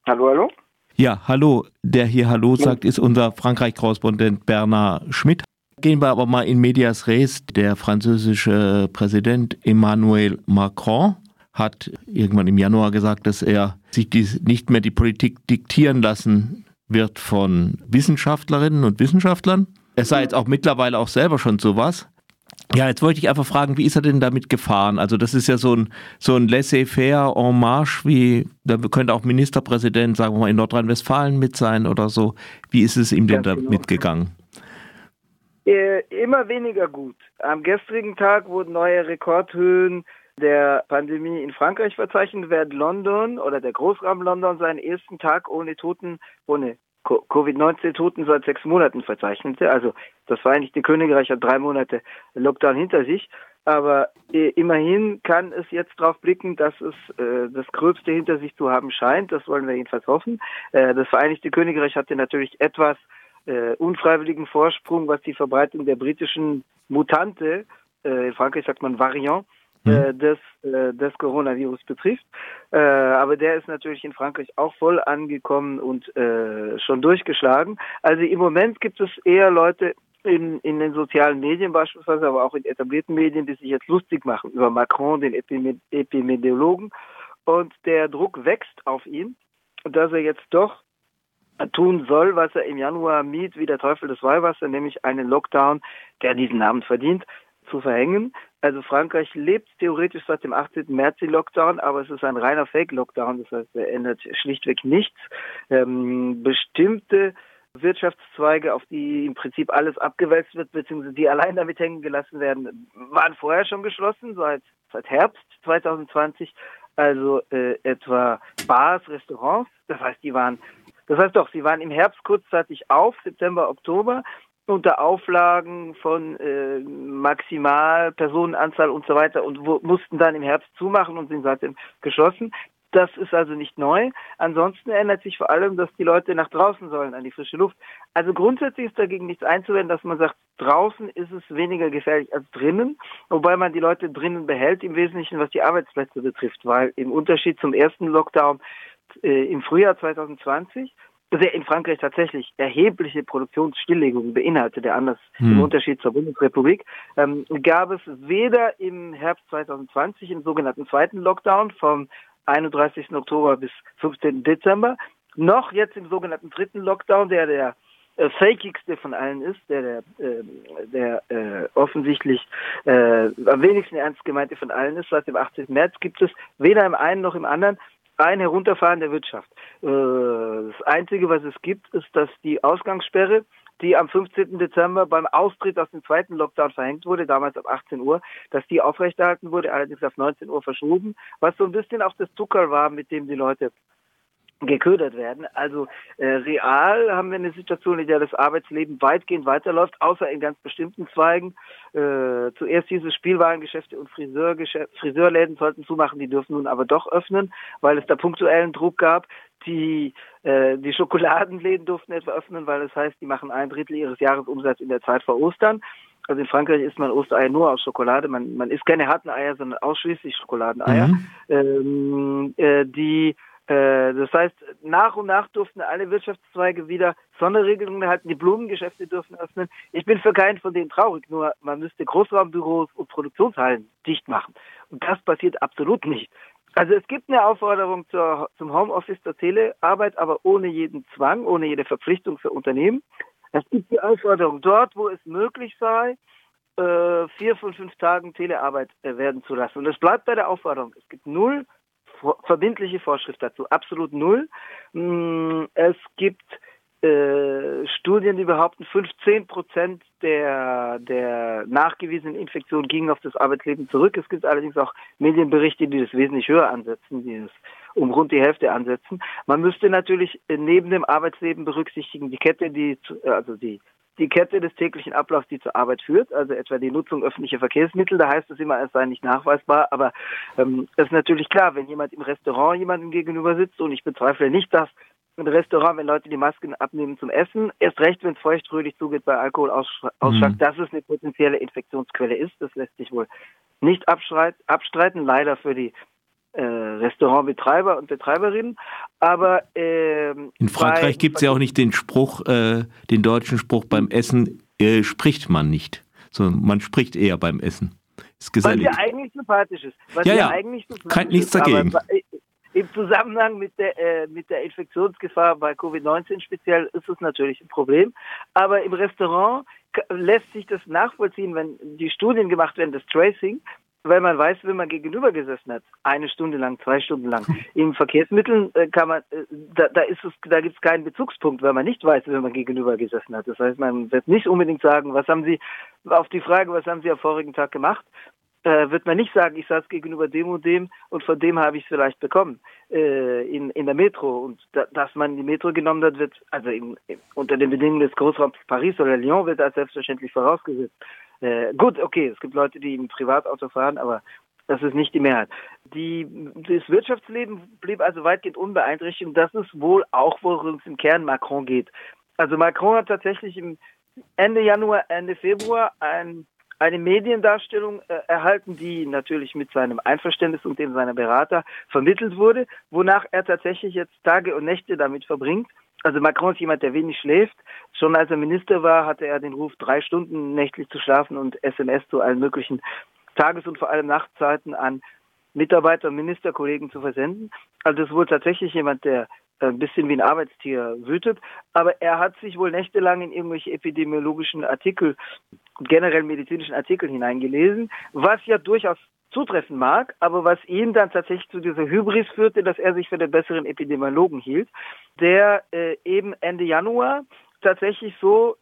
Hallo, hallo? Ja, hallo. Der hier Hallo sagt, ist unser Frankreich-Korrespondent Bernard Schmidt. Gehen wir aber mal in medias res. Der französische Präsident Emmanuel Macron hat irgendwann im Januar gesagt, dass er sich nicht mehr die Politik diktieren lassen wird von Wissenschaftlerinnen und Wissenschaftlern. Er sei jetzt auch mittlerweile auch selber schon sowas. Ja, jetzt wollte ich einfach fragen, wie ist er denn damit gefahren? Also das ist ja so ein Laissez-faire en marche, da könnte auch Ministerpräsident, sagen wir mal, in Nordrhein-Westfalen mit sein oder so. Wie ist es ihm denn da mitgegangen? Immer weniger gut. Am gestrigen Tag wurden neue Rekordhöhen der Pandemie in Frankreich verzeichnet, während London oder der Großraum London seinen ersten Tag ohne Covid-19-Toten seit 6 Monaten verzeichnete. Also das Vereinigte Königreich hat 3 Monate Lockdown hinter sich. Aber immerhin kann es jetzt darauf blicken, dass es das Gröbste hinter sich zu haben scheint. Das wollen wir jedenfalls hoffen. Das Vereinigte Königreich hatte natürlich etwas unfreiwilligen Vorsprung, was die Verbreitung der britischen Mutante, in Frankreich sagt man Variant, des Coronavirus betrifft. Aber der ist natürlich in Frankreich auch voll angekommen und schon durchgeschlagen. Also im Moment gibt es eher Leute in den sozialen Medien beispielsweise, aber auch in etablierten Medien, die sich jetzt lustig machen über Macron, den Epidemiologen. Und der Druck wächst auf ihn, dass er jetzt doch tun soll, was er im Januar mied wie der Teufel das Weihwasser, nämlich einen Lockdown, der diesen Namen verdient, zu verhängen. Also Frankreich lebt theoretisch seit dem 18. März den Lockdown, aber es ist ein reiner Fake-Lockdown, das heißt, er ändert schlichtweg nichts. Bestimmte Wirtschaftszweige, auf die im Prinzip alles abgewälzt wird, beziehungsweise die allein damit hängen gelassen werden, waren vorher schon geschlossen, seit Herbst 2020. Also etwa Bars, Restaurants, sie waren im Herbst kurzzeitig auf, September, Oktober, unter Auflagen von maximal Personenanzahl und so weiter und mussten dann im Herbst zumachen und sind seitdem geschlossen. Das ist also nicht neu. Ansonsten ändert sich vor allem, dass die Leute nach draußen sollen, an die frische Luft. Also grundsätzlich ist dagegen nichts einzuwenden, dass man sagt, draußen ist es weniger gefährlich als drinnen, wobei man die Leute drinnen behält, im Wesentlichen was die Arbeitsplätze betrifft, weil im Unterschied zum ersten Lockdown im Frühjahr 2020, der in Frankreich tatsächlich erhebliche Produktionsstilllegungen beinhaltete, der anders im Unterschied zur Bundesrepublik, gab es weder im Herbst 2020 im sogenannten zweiten Lockdown vom 31. Oktober bis 15. Dezember, noch jetzt im sogenannten dritten Lockdown, der fakigste von allen ist, der offensichtlich am wenigsten ernst gemeinte von allen ist. Seit dem 18. März gibt es weder im einen noch im anderen ein Herunterfahren der Wirtschaft. Das Einzige, was es gibt, ist, dass die Ausgangssperre, die am 15. Dezember beim Austritt aus dem zweiten Lockdown verhängt wurde, damals ab 18 Uhr, dass die aufrechterhalten wurde, allerdings auf 19 Uhr verschoben, was so ein bisschen auch das Zucker war, mit dem die Leute geködert werden. Also real haben wir eine Situation, in der das Arbeitsleben weitgehend weiterläuft, außer in ganz bestimmten Zweigen. Zuerst diese Spielwarengeschäfte und Friseurläden sollten zumachen, die dürfen nun aber doch öffnen, weil es da punktuellen Druck gab. Die Schokoladenläden durften etwa öffnen, weil das heißt, die machen 1/3 ihres Jahresumsatzes in der Zeit vor Ostern. Also in Frankreich isst man Ostereier nur aus Schokolade. Man isst keine harten Eier, sondern ausschließlich Schokoladeneier. Das heißt, nach und nach durften alle Wirtschaftszweige wieder Sonderregelungen erhalten, die Blumengeschäfte dürfen öffnen. Ich bin für keinen von denen traurig, nur man müsste Großraumbüros und Produktionshallen dicht machen. Und das passiert absolut nicht. Also es gibt eine Aufforderung zum Homeoffice, zur Telearbeit, aber ohne jeden Zwang, ohne jede Verpflichtung für Unternehmen. Es gibt die Aufforderung, dort, wo es möglich sei, 4 von 5 Tagen Telearbeit werden zu lassen. Und es bleibt bei der Aufforderung. Es gibt 0 verbindliche Vorschrift dazu, absolut 0. Es gibt Studien, die behaupten, 15% der nachgewiesenen Infektionen gingen auf das Arbeitsleben zurück. Es gibt allerdings auch Medienberichte, die das wesentlich höher ansetzen, die es um rund die Hälfte ansetzen. Man müsste natürlich neben dem Arbeitsleben berücksichtigen die Kette, die Kette des täglichen Ablaufs, die zur Arbeit führt, also etwa die Nutzung öffentlicher Verkehrsmittel. Da heißt es immer, es sei nicht nachweisbar, aber es ist natürlich klar, wenn jemand im Restaurant jemandem gegenüber sitzt, und ich bezweifle nicht, dass ein Restaurant, wenn Leute die Masken abnehmen zum Essen, erst recht, wenn es feuchtfröhlich zugeht bei Alkoholausschank, dass es eine potenzielle Infektionsquelle ist. Das lässt sich wohl nicht abstreiten, leider für die Restaurantbetreiber und Betreiberinnen. Aber in Frankreich gibt es ja auch nicht den Spruch, den deutschen Spruch, beim Essen spricht man nicht, sondern man spricht eher beim Essen. Ist gesellig. Was ja eigentlich sympathisch ist. Nichts dagegen. Aber im Zusammenhang mit der Infektionsgefahr bei Covid-19 speziell ist es natürlich ein Problem. Aber im Restaurant lässt sich das nachvollziehen, wenn die Studien gemacht werden, das Tracing, weil man weiß, wenn man gegenüber gesessen hat, 1 Stunde lang, 2 Stunden lang. In Verkehrsmitteln kann man, da gibt es keinen Bezugspunkt, weil man nicht weiß, wenn man gegenüber gesessen hat. Das heißt, man wird nicht unbedingt sagen, auf die Frage, was haben Sie am vorigen Tag gemacht, wird man nicht sagen, ich saß gegenüber dem und dem und von dem habe ich es vielleicht bekommen in der Metro. Und dass man die Metro genommen hat, wird, also unter den Bedingungen des Großraums Paris oder Lyon, wird als selbstverständlich vorausgesetzt. Gut, okay, es gibt Leute, die im Privatauto fahren, aber das ist nicht die Mehrheit. Das Wirtschaftsleben blieb also weitgehend unbeeinträchtigt und das ist wohl auch, worum es im Kern Macron geht. Also Macron hat tatsächlich Ende Januar, Ende Februar eine Mediendarstellung erhalten, die natürlich mit seinem Einverständnis und dem seiner Berater vermittelt wurde, wonach er tatsächlich jetzt Tage und Nächte damit verbringt. Also Macron ist jemand, der wenig schläft. Schon als er Minister war, hatte er den Ruf, 3 Stunden nächtlich zu schlafen und SMS zu allen möglichen Tages- und vor allem Nachtzeiten an Mitarbeiter und Ministerkollegen zu versenden. Also das ist wohl tatsächlich jemand, der ein bisschen wie ein Arbeitstier wütet. Aber er hat sich wohl nächtelang in irgendwelche epidemiologischen Artikel, generell medizinischen Artikel hineingelesen, was ja durchaus zutreffen mag, aber was ihn dann tatsächlich zu dieser Hybris führte, dass er sich für den besseren Epidemiologen hielt, der eben Ende Januar tatsächlich so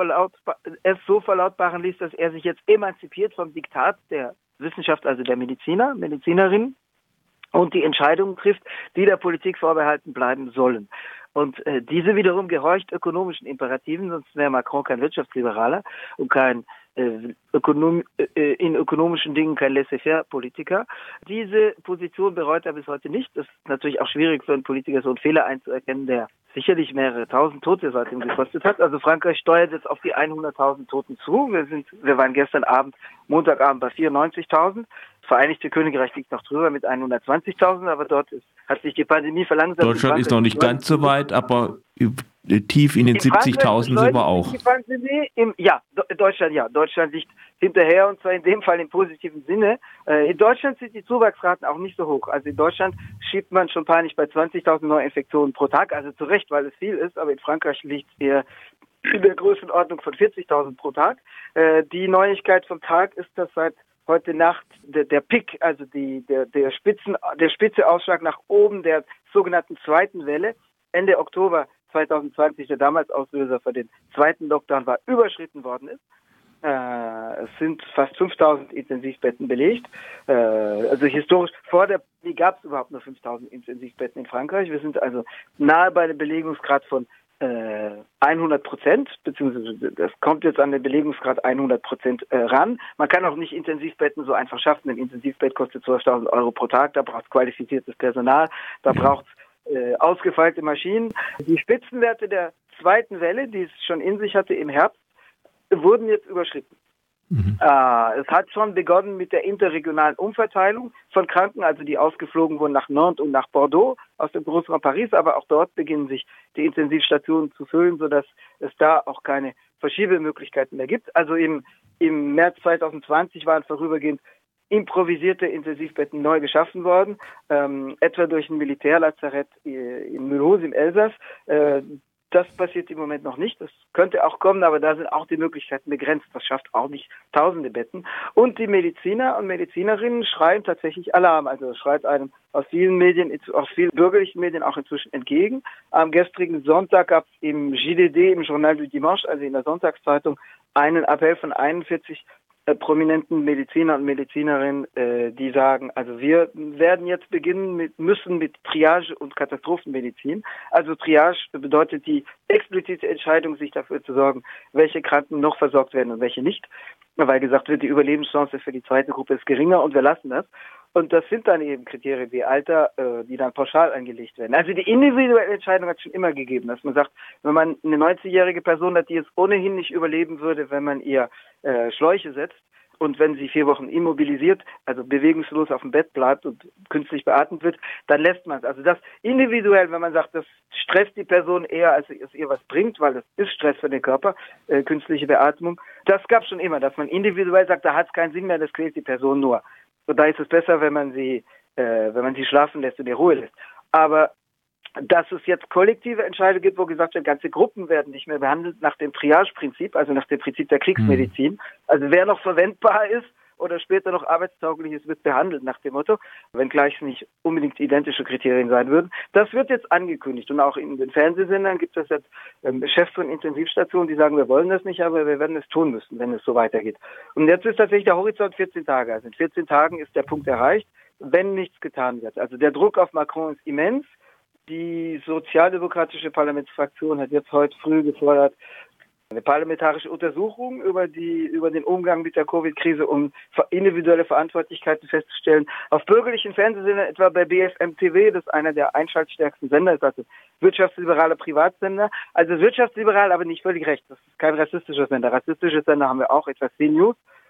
verlautbaren ließ, dass er sich jetzt emanzipiert vom Diktat der Wissenschaft, also der Medizinerin, und die Entscheidungen trifft, die der Politik vorbehalten bleiben sollen. Und diese wiederum gehorcht ökonomischen Imperativen, sonst wäre Macron kein Wirtschaftsliberaler und kein in ökonomischen Dingen kein Laissez-faire-Politiker. Diese Position bereut er bis heute nicht. Das ist natürlich auch schwierig für einen Politiker, so einen Fehler einzuerkennen, der sicherlich mehrere tausend Tote seitdem gekostet hat. Also Frankreich steuert jetzt auf die 100.000 Toten zu. Wir waren gestern Montagabend bei 94.000. Das Vereinigte Königreich liegt noch drüber mit 120.000, aber dort hat sich die Pandemie verlangsamt. Deutschland ist noch nicht ganz so weit, aber tief in den 70.000 sind wir auch. Deutschland liegt hinterher und zwar in dem Fall im positiven Sinne. In Deutschland sind die Zuwachsraten auch nicht so hoch. Also in Deutschland schiebt man schon panisch bei 20.000 Neuinfektionen pro Tag, also zu Recht, weil es viel ist, aber in Frankreich liegt es eher in der Größenordnung von 40.000 pro Tag. Die Neuigkeit vom Tag ist, dass seit heute Nacht der Peak, also der Spitzeausschlag nach oben der sogenannten zweiten Welle, Ende Oktober 2020, der damals Auslöser für den zweiten Lockdown war, überschritten worden ist. Es sind fast 5.000 Intensivbetten belegt. Also historisch, vor der Pandemie gab es überhaupt nur 5.000 Intensivbetten in Frankreich. Wir sind also nahe bei einem Belegungsgrad von 100%, beziehungsweise das kommt jetzt an den Belegungsgrad 100% ran. Man kann auch nicht Intensivbetten so einfach schaffen. Ein Intensivbett kostet 12.000 Euro pro Tag, da braucht es qualifiziertes Personal, da braucht es ausgefeilte Maschinen. Die Spitzenwerte der zweiten Welle, die es schon in sich hatte im Herbst, wurden jetzt überschritten. Es hat schon begonnen mit der interregionalen Umverteilung von Kranken, also die ausgeflogen wurden nach Nantes und nach Bordeaux aus dem Großraum Paris, aber auch dort beginnen sich die Intensivstationen zu füllen, sodass es da auch keine Verschiebemöglichkeiten mehr gibt. Also im März 2020 waren vorübergehend improvisierte Intensivbetten neu geschaffen worden, etwa durch ein Militärlazarett in Mulhouse im Elsass. Das passiert im Moment noch nicht. Das könnte auch kommen, aber da sind auch die Möglichkeiten begrenzt. Das schafft auch nicht tausende Betten. Und die Mediziner und Medizinerinnen schreien tatsächlich Alarm. Also es schreit einem aus vielen Medien, aus vielen bürgerlichen Medien auch inzwischen entgegen. Am gestrigen Sonntag gab es im JDD, im Journal du Dimanche, also in der Sonntagszeitung, einen Appell von 41 prominenten Mediziner und Medizinerinnen, die sagen, also wir werden jetzt müssen mit Triage und Katastrophenmedizin. Also Triage bedeutet die explizite Entscheidung, sich dafür zu sorgen, welche Kranken noch versorgt werden und welche nicht. Weil gesagt wird, die Überlebenschance für die zweite Gruppe ist geringer und wir lassen das. Und das sind dann eben Kriterien wie Alter, die dann pauschal angelegt werden. Also die individuelle Entscheidung hat es schon immer gegeben, dass man sagt, wenn man eine 90-jährige Person hat, die es ohnehin nicht überleben würde, wenn man ihr Schläuche setzt, und wenn sie 4 Wochen immobilisiert, also bewegungslos auf dem Bett bleibt und künstlich beatmet wird, dann lässt man es. Also das individuell, wenn man sagt, das stresst die Person eher, als es ihr was bringt, weil das ist Stress für den Körper, künstliche Beatmung, das gab es schon immer, dass man individuell sagt, da hat es keinen Sinn mehr, das quält die Person nur. Und da ist es besser, wenn man sie schlafen lässt und ihr Ruhe lässt. Aber dass es jetzt kollektive Entscheide gibt, wo gesagt wird, ganze Gruppen werden nicht mehr behandelt nach dem Triage-Prinzip, also nach dem Prinzip der Kriegsmedizin. Also wer noch verwendbar ist oder später noch arbeitstauglich ist, wird behandelt nach dem Motto, wenngleich es nicht unbedingt identische Kriterien sein würden. Das wird jetzt angekündigt und auch in den Fernsehsendern gibt es jetzt Chefs von Intensivstationen, die sagen, wir wollen das nicht, aber wir werden es tun müssen, wenn es so weitergeht. Und jetzt ist tatsächlich der Horizont 14 Tage. Also in 14 Tagen ist der Punkt erreicht, wenn nichts getan wird. Also der Druck auf Macron ist immens. Die sozialdemokratische Parlamentsfraktion hat jetzt heute früh gefordert, eine parlamentarische Untersuchung über den Umgang mit der Covid-Krise, um individuelle Verantwortlichkeiten festzustellen. Auf bürgerlichen Fernsehsendern, etwa bei BFM TV, das ist einer der einschaltstärksten Sender ist, also wirtschaftsliberaler Privatsender. Also wirtschaftsliberal, aber nicht völlig recht. Das ist kein rassistischer Sender. Rassistische Sender haben wir auch, etwa C-News.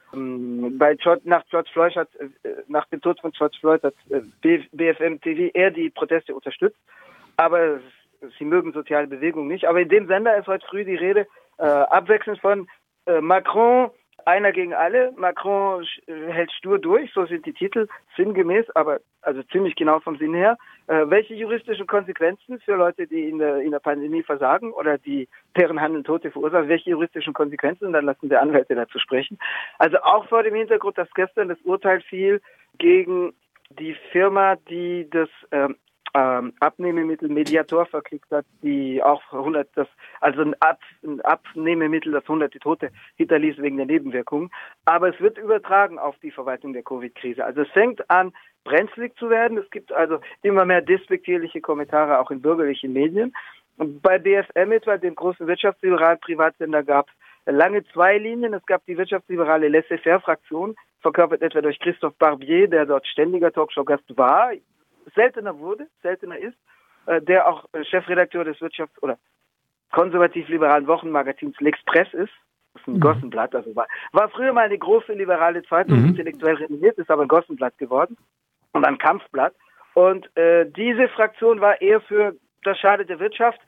Nach dem Tod von George Floyd hat BFM TV eher die Proteste unterstützt, aber sie mögen soziale Bewegungen nicht. Aber in dem Sender ist heute früh die Rede abwechselnd von Macron, einer gegen alle. Macron hält stur durch, so sind die Titel, sinngemäß, aber also ziemlich genau vom Sinn her. Welche juristischen Konsequenzen für Leute, die in der Pandemie versagen oder deren Handeln Tote verursachen, welche juristischen Konsequenzen? Dann lassen wir Anwälte dazu sprechen. Also auch vor dem Hintergrund, dass gestern das Urteil fiel gegen die Firma, die das Abnehmemittel Mediator verklickt hat, die auch ein Abnehmemittel, das hunderte Tote hinterließ wegen der Nebenwirkungen. Aber es wird übertragen auf die Verwaltung der Covid-Krise. Also es fängt an, brenzlig zu werden. Es gibt also immer mehr despektierliche Kommentare auch in bürgerlichen Medien. Und bei BFM etwa, dem großen wirtschaftsliberalen Privatsender, gab es lange 2 Linien. Es gab die wirtschaftsliberale Laissez-faire-Fraktion, verkörpert etwa durch Christophe Barbier, der dort ständiger Talkshow-Gast war, seltener ist, der auch Chefredakteur des Wirtschafts- oder konservativ-liberalen Wochenmagazins L'Express ist. Das ist ein Gossenblatt, also war früher mal eine große liberale Zeitung, intellektuell renommiert, ist aber ein Gossenblatt geworden und ein Kampfblatt. Und diese Fraktion war eher für das schadet der Wirtschaft.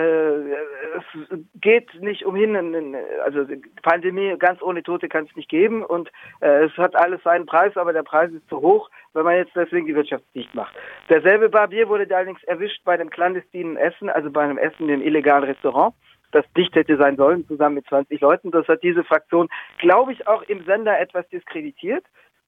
Es geht nicht umhin, also die Pandemie ganz ohne Tote kann es nicht geben und es hat alles seinen Preis, aber der Preis ist zu hoch, wenn man jetzt deswegen die Wirtschaft dicht macht. Derselbe Barbier wurde allerdings erwischt bei einem clandestinen Essen, also bei einem Essen im illegalen Restaurant, das dicht hätte sein sollen, zusammen mit 20 Leuten. Das hat diese Fraktion, glaube ich, auch im Sender etwas diskreditiert,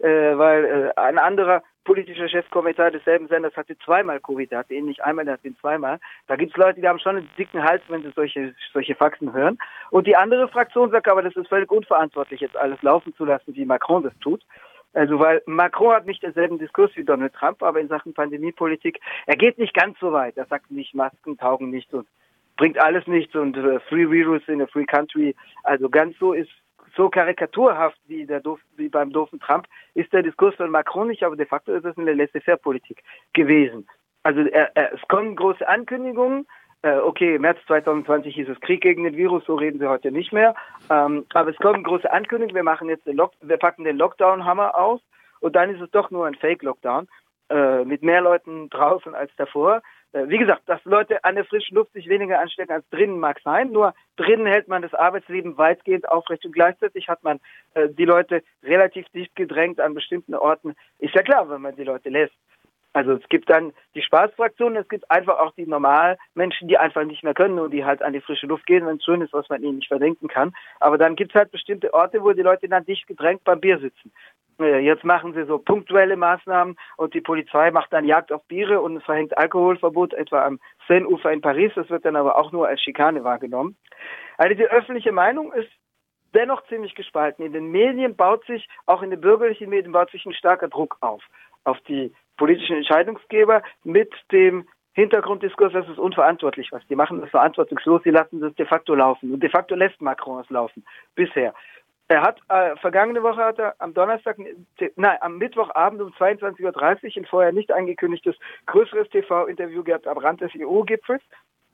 weil ein anderer politischer Chefkommissar desselben Senders hatte 2-mal Covid, der hatte ihn nicht einmal, der hatte ihn 2-mal. Da gibt es Leute, die haben schon einen dicken Hals, wenn sie solche Faxen hören. Und die andere Fraktion sagt aber, das ist völlig unverantwortlich, jetzt alles laufen zu lassen, wie Macron das tut. Also weil Macron hat nicht denselben Diskurs wie Donald Trump, aber in Sachen Pandemiepolitik, er geht nicht ganz so weit. Er sagt nicht, Masken taugen nichts und bringt alles nichts und Free Virus in a Free Country. Also ganz so karikaturhaft wie beim doofen Trump ist der Diskurs von Macron nicht, aber de facto ist es eine Laissez-faire-Politik gewesen. Also es kommen große Ankündigungen. Okay, im März 2020 hieß es Krieg gegen den Virus, so reden sie heute nicht mehr. Aber es kommen große Ankündigungen, wir packen den Lockdown-Hammer aus und dann ist es doch nur ein Fake-Lockdown mit mehr Leuten draußen als davor. Wie gesagt, dass Leute an der frischen Luft sich weniger anstecken als drinnen mag sein, nur drinnen hält man das Arbeitsleben weitgehend aufrecht und gleichzeitig hat man die Leute relativ dicht gedrängt an bestimmten Orten. Ist ja klar, wenn man die Leute lässt. Also es gibt dann die Spaßfraktion, es gibt einfach auch die Normalmenschen, die einfach nicht mehr können und die halt an die frische Luft gehen, wenn es schön ist, was man ihnen nicht verdenken kann. Aber dann gibt es halt bestimmte Orte, wo die Leute dann dicht gedrängt beim Bier sitzen. Jetzt machen sie so punktuelle Maßnahmen und die Polizei macht dann Jagd auf Biere und verhängt Alkoholverbot, etwa am Seine-Ufer in Paris. Das wird dann aber auch nur als Schikane wahrgenommen. Also die öffentliche Meinung ist dennoch ziemlich gespalten. In den Medien auch in den bürgerlichen Medien baut sich ein starker Druck auf die politischen Entscheidungsgeber mit dem Hintergrunddiskurs, das ist unverantwortlich, was die machen, ist verantwortungslos, sie lassen das de facto laufen. Und de facto lässt Macron es laufen, bisher. Er hat vergangene Woche am Mittwochabend um 22:30 Uhr ein vorher nicht angekündigtes größeres TV-Interview gehabt am Rand des EU-Gipfels.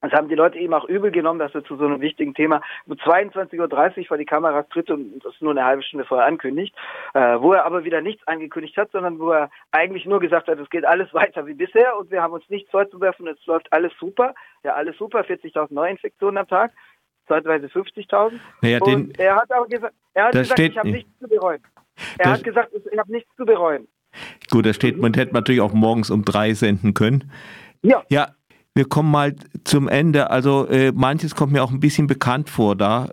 Das haben die Leute eben auch übel genommen, dass er zu so einem wichtigen Thema um 22:30 Uhr vor die Kameras tritt und das nur eine halbe Stunde vorher ankündigt, wo er aber wieder nichts angekündigt hat, sondern wo er eigentlich nur gesagt hat, es geht alles weiter wie bisher und wir haben uns nichts vorzuwerfen, es läuft alles super. Ja, alles super, 40.000 Neuinfektionen am Tag, zeitweise 50.000. Naja, und er hat aber gesagt, ich habe nichts zu bereuen. Er hat gesagt, ich habe nichts zu bereuen. Gut, da steht, man hätte natürlich auch morgens um 3 senden können. Ja. Wir kommen mal zum Ende. Also manches kommt mir auch ein bisschen bekannt vor da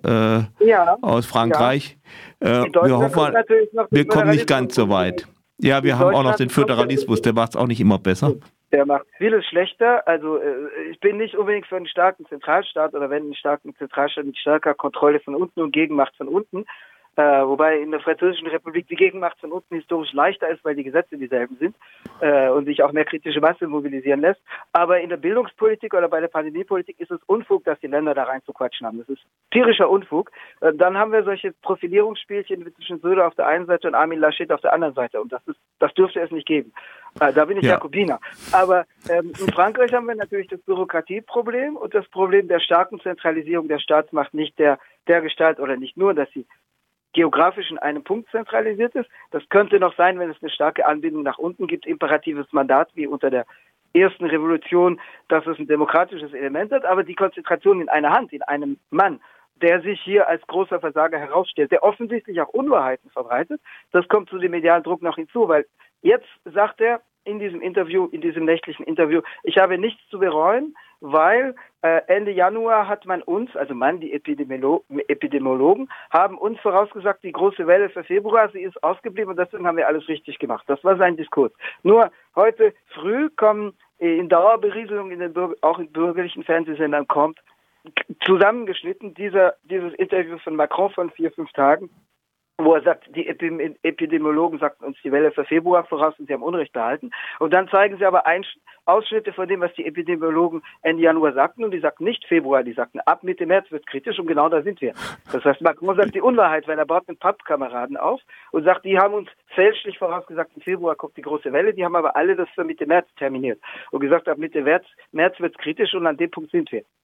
aus Frankreich. Wir hoffen mal, wir kommen nicht ganz so weit. Ja, wir haben auch noch den Föderalismus, der macht es auch nicht immer besser. Der macht vieles schlechter. Also ich bin nicht unbedingt für einen starken Zentralstaat oder wenn einen starken Zentralstaat mit stärker Kontrolle von unten und Gegenmacht von unten. Wobei in der Französischen Republik die Gegenmacht von unten historisch leichter ist, weil die Gesetze dieselben sind und sich auch mehr kritische Masse mobilisieren lässt. Aber in der Bildungspolitik oder bei der Pandemiepolitik ist es Unfug, dass die Länder da rein zu quatschen haben. Das ist tierischer Unfug. Dann haben wir solche Profilierungsspielchen zwischen Söder auf der einen Seite und Armin Laschet auf der anderen Seite. Und das dürfte es nicht geben. Da bin ich Jakobiner. Aber in Frankreich haben wir natürlich das Bürokratieproblem und das Problem der starken Zentralisierung der Staatsmacht, nicht der Gestalt oder nicht nur, dass sie geografisch in einem Punkt zentralisiert ist. Das könnte noch sein, wenn es eine starke Anbindung nach unten gibt, imperatives Mandat wie unter der ersten Revolution, dass es ein demokratisches Element hat, aber die Konzentration in einer Hand, in einem Mann, der sich hier als großer Versager herausstellt, der offensichtlich auch Unwahrheiten verbreitet, das kommt zu dem medialen Druck noch hinzu, weil jetzt sagt er in diesem Interview, in diesem nächtlichen Interview, ich habe nichts zu bereuen, weil Ende Januar hat man uns, also die Epidemiologen, haben uns vorausgesagt, die große Welle für Februar, sie ist ausgeblieben und deswegen haben wir alles richtig gemacht. Das war sein Diskurs. Nur heute früh kommen in Dauerberieselung auch in bürgerlichen Fernsehsendern kommt, zusammengeschnitten dieses Interview von Macron von 4-5 Tagen, wo er sagt, die Epidemiologen sagten uns die Welle für Februar voraus und sie haben Unrecht behalten. Und dann zeigen sie aber Ausschnitte von dem, was die Epidemiologen Ende Januar sagten. Und die sagten nicht Februar, die sagten, ab Mitte März wird es kritisch und genau da sind wir. Das heißt, Macron sagt die Unwahrheit, weil er baut mit Pappkameraden auf und sagt, die haben uns fälschlich vorausgesagt, im Februar kommt die große Welle, die haben aber alle das für Mitte März terminiert und gesagt, ab Mitte März wird es kritisch und an dem Punkt sind wir.